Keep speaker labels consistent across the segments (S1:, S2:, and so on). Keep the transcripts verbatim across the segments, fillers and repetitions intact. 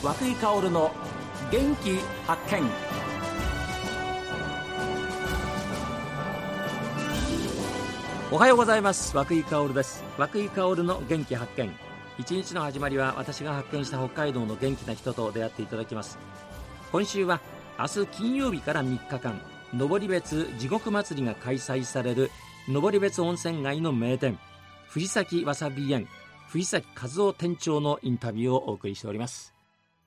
S1: 涌井薫の元気発見。おはようございます。涌井薫です。涌井薫の元気発見。一日の始まりは私が発見した北海道の元気な人と出会っていただきます。今週は明日金曜日からみっかかん、登別地獄祭りが開催される登別温泉街の名店、藤崎わさび園藤崎和夫店長のインタビューをお送りしております。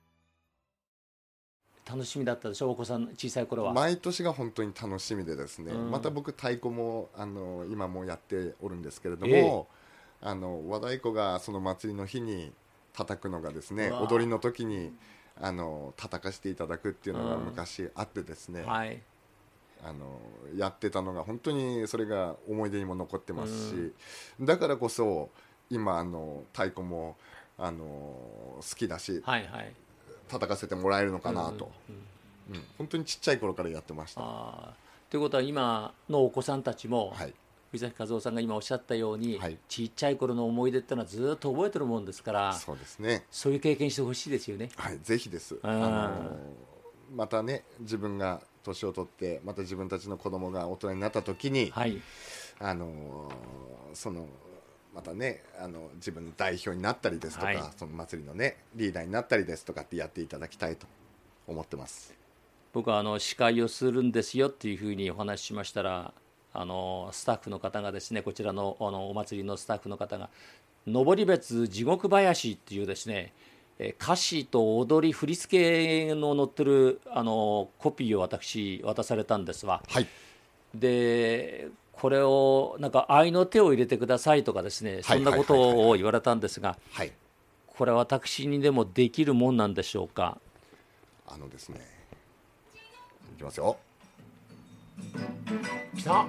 S1: 楽しみだったでしょ、お子さん小さい頃は。
S2: 毎年が本当に楽しみでですね、
S1: うん、
S2: また僕太鼓もあの今もやっておるんですけれども、えー、あの和太鼓がその祭りの日に叩くのがですね、踊りの時にあの叩かせていただくっていうのが昔あってですね、うん、はい、あのやってたのが本当にそれが思い出にも残ってますし、うん、だからこそ今あの太鼓もあの好きだし、はいはい、叩かせてもらえるのかなと、うんうんうん、本当にちっちゃい頃からやってました。
S1: あということは今のお子さんたちも、はい、藤崎和夫さんが今おっしゃったように、はい、ちっちゃい頃の思い出っていうのはずっと覚えてるもんですから、
S2: そうですね、
S1: そういう経験してほしいですよね。
S2: はい、ぜひです。あのまたね、自分が年を取ってまた自分たちの子供が大人になった時に、はい、あのそのまたね、あの自分の代表になったりですとか、はい、その祭りのねリーダーになったりですとかってやっていただきたいと思ってます。
S1: 僕はあの司会をするんですよっていうふうにお話ししましたら、あのスタッフの方がですね、こちら の, あのお祭りのスタッフの方が登別地獄林っていうですね、歌詞と踊り振り付けの載ってるあのコピーを私渡されたんですわ、はい、でこれをなんか愛の手を入れてくださいとかですね、そんなことを言われたんですが、これは私にでもできるもんなんでしょうか。
S2: あのですね、いきますよ。
S1: きた。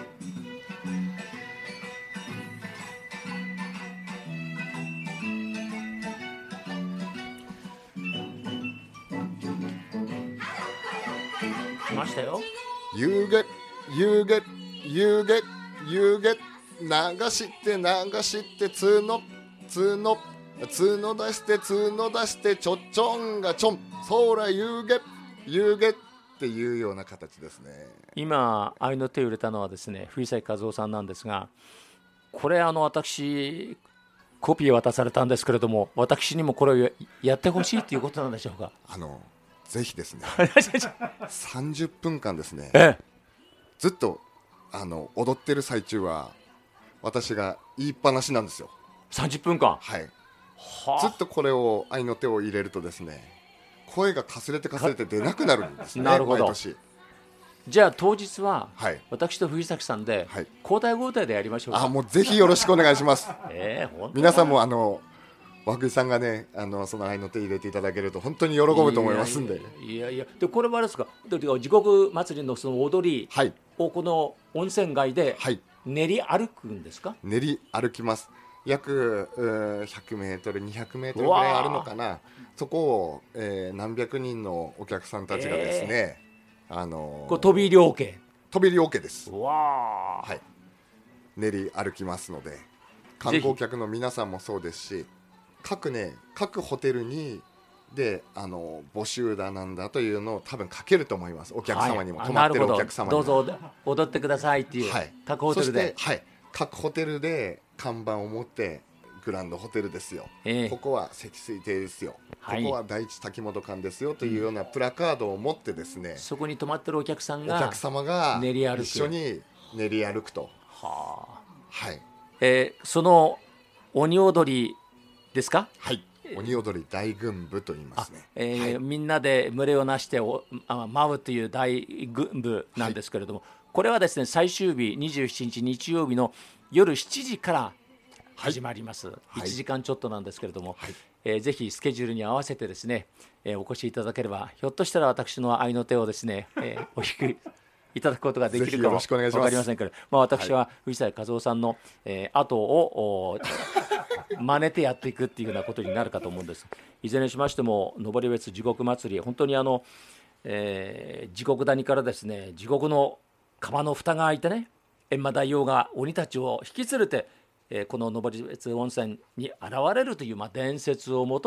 S1: 来ましたよ。
S2: 夕げ夕げ夕げ夕げ流して流してつのつのつの出してつの出してちょっちょんがちょん、そら夕げ夕げっていうような形ですね。
S1: 今愛の手を入れたのはですね、藤崎和夫さんなんですが、これあの私コピー渡されたんですけれども、私にもこれをやってほしいということなんでしょうか。
S2: あのぜひですねさんじゅっぷんかんですね、
S1: ええ、
S2: ずっとあの踊ってる最中は私が言いっぱなしなんですよ。
S1: さんじゅっぷんかん、
S2: はい、はあ、ずっとこれを愛の手を入れるとですね、声がかすれてかすれて出なくなるんですね。
S1: なるほど。
S2: 毎年。
S1: じゃあ当日は、はい、私と藤崎さんで、はい、交代交代でやりましょうか。
S2: あ、もうぜひよろしくお願いします、
S1: えー、本当
S2: 皆さんもあの涌井さんがね、あのその愛の手入れていただけると本当に喜ぶと思いますんで。
S1: いやいや、でこれはあれですか、地獄祭りのその踊りをこの温泉街で練り歩くんですか。はい、
S2: 練り歩きます。約ひゃくメートルにひゃくメートルぐらいあるのかな。そこを、えー、何百人のお客さんたちがですね、えー、あのー、
S1: これ飛び入り OK。
S2: 飛び入り OK です。
S1: わ、
S2: はい、練り歩きますので、観光客の皆さんもそうですし、各ね各ホテルにであの募集だなんだというのを多分書けると思います。お客様にも、はい、泊まってるお客様にも
S1: どうぞ踊ってくださいっていう、はい、各ホテルで、
S2: そして、はい、各ホテルで看板を持って、グランドホテルですよ、えー、ここは積水亭ですよ、はい、ここは第一滝本館ですよというようなプラカードを持ってですね、
S1: そこに泊まってるお客さんが
S2: お客様が一緒に練り歩くと、
S1: はあ、
S2: はい、
S1: えー、その鬼踊りですか。
S2: はい、鬼踊り大群舞と言いますね。
S1: えー
S2: はい、
S1: みんなで群れをなしておあ舞うという大群舞なんですけれども、はい、これはですね最終日にじゅうしちにち日曜日の夜しちじから始まります、はい、いちじかんちょっとなんですけれども、はい、えー、ぜひスケジュールに合わせてですね、えー、お越しいただければ、ひょっとしたら私の愛の手をですね、えー、お引きいただくことができるかも分かりませんけど、まあ、私は藤崎和夫さんの、えー、後を真似てやっていくっていうようなことになるかと思うんです。いずれにしましても登別地獄祭り、本当にあの、えー、地獄谷からですね、地獄の釜の蓋が開いてね、閻魔大王が鬼たちを引き連れて、えー、この登別温泉に現れるという、まあ、伝説をもとに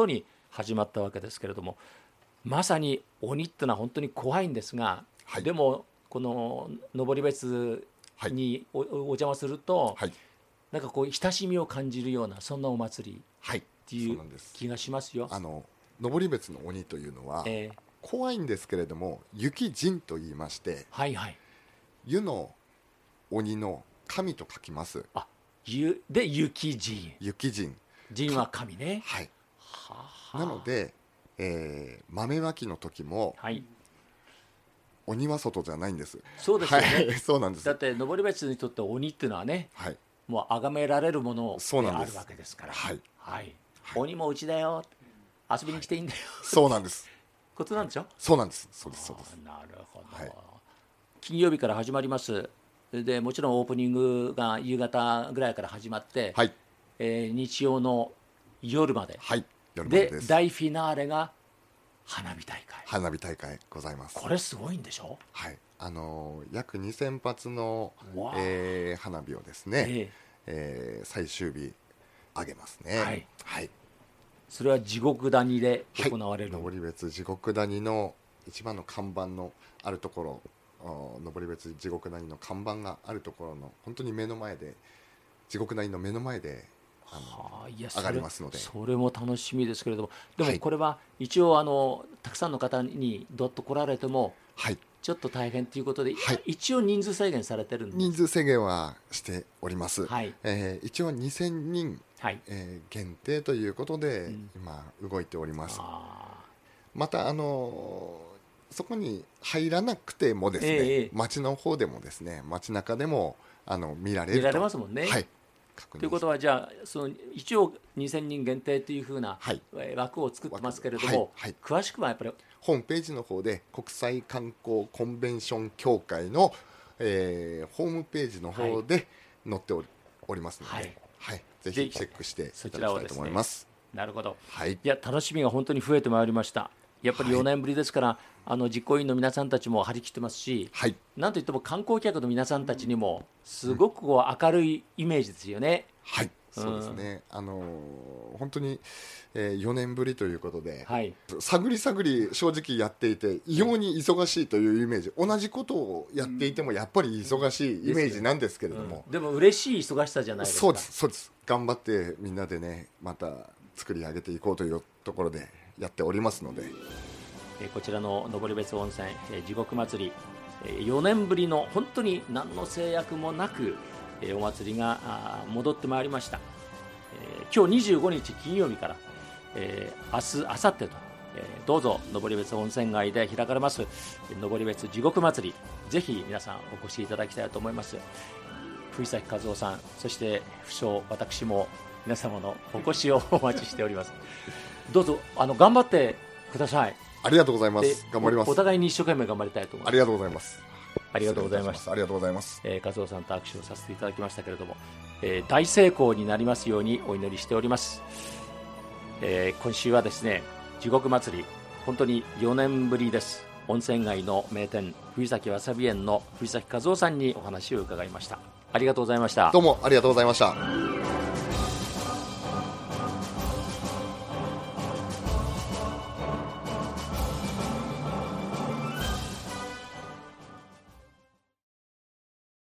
S1: 始まったわけですけれども、まさに鬼ってのは本当に怖いんですが、
S2: はい、
S1: でもこの登別に お,、はい、お邪魔すると、はい、なんかこう親しみを感じるようなそんなお祭りっていう気がしますよ。
S2: あの登別の鬼というのは、えー、怖いんですけれども雪神と言いまして、はいはい、湯の鬼の神と書きます。
S1: あ、湯で雪神。
S2: 雪神。
S1: 神は神ね。
S2: はい。はあ、なので、えー、豆まきの時も、はい、鬼は外じゃないんです。
S1: そうですよね。はい、
S2: そうなんです。
S1: だって登別にとって鬼っていうのはね、はい、もう崇められるものであるわけですから。はい。はい。鬼もうちだよ。遊びに来ていいんだよ。
S2: はい、そうなんです。
S1: ことなんでしょ。
S2: そうなんです。そうです。そうです。
S1: なるほど。はい、金曜日から始まります。でもちろんオープニングが夕方ぐらいから始まって、はい、えー、日曜の夜まで、はい、夜までです。で大フィナーレが花火大会。
S2: 花火大会ございます。
S1: これすごいんでしょ。
S2: はい、あのー、約にせん発の、えー、花火をですね、えーえー、最終日上げますね。はい、はい、
S1: それは地獄谷で行われる、
S2: はい、登別地獄谷の一番の看板のあるところ、登別地獄谷の看板があるところの本当に目の前で、地獄谷の目の前であの、はあ、いや上がりますので、
S1: それも楽しみですけれども、でもこれは一応あのたくさんの方にどっと来られても、はい、ちょっと大変ということで、はい、一応人数制限されてるんです。
S2: 人数制限はしております。はい、えー、一応にせんにん、はい、えー、限定ということで、うん、今動いております。またあのーそこに入らなくてもですね、ええ、街の方でもですね、街中でもあの見られると。
S1: 見られますもんね。
S2: はい。
S1: ということはじゃあその一応にせんにん限定というふうな枠を作ってますけれども、はいはい、詳しくはやっぱり
S2: ホームページの方で国際観光コンベンション協会の、えー、ホームページの方で載っており、おりますので、はいはい、ぜひチェックしていただきたいと思います。
S1: ね、なるほど。はい。いや楽しみが本当に増えてまいりました。やっぱりよねんぶりですから、はい、あの実行委員の皆さんたちも張り切ってますし、はい、なんといっても観光客の皆さんたちにもすごくこう明るいイメージですよね。
S2: はい、うん、そうですね。あのー、本当に、えー、よねんぶりということで、はい、探り探り正直やっていて異様に忙しいというイメージ、同じことをやっていてもやっぱり忙しいイメージなんですけれども、
S1: うん、でも嬉しい忙しさじゃないですか。
S2: そうです、そうです。頑張ってみんなでねまた作り上げていこうというところでやっておりますので、
S1: えこちらの登別温泉、え地獄祭り、えよねんぶりの本当に何の制約もなく、えお祭りが戻ってまいりました。え今日にじゅうごにち金曜日から、えー、明日明後日と、えー、どうぞ登別温泉街で開かれます登別地獄祭り、ぜひ皆さんお越しいただきたいと思います。藤崎和夫さん、そして不詳私も皆様のお越しをお待ちしております。どうぞあの頑張ってください。
S2: ありがとうございます。頑張ります。
S1: お互いに一生懸命頑張りたいと思います。
S2: ありがとうございます。
S1: ありがとうございました。
S2: ありがとうございます。
S1: えー、和夫さんと握手をさせていただきましたけれども、えー、大成功になりますようにお祈りしております。えー、今週はですね、地獄祭り本当によねんぶりです。温泉街の名店藤崎わさび園の藤崎和夫さんにお話を伺いました。ありがとうございました。
S2: どうもありがとうございました。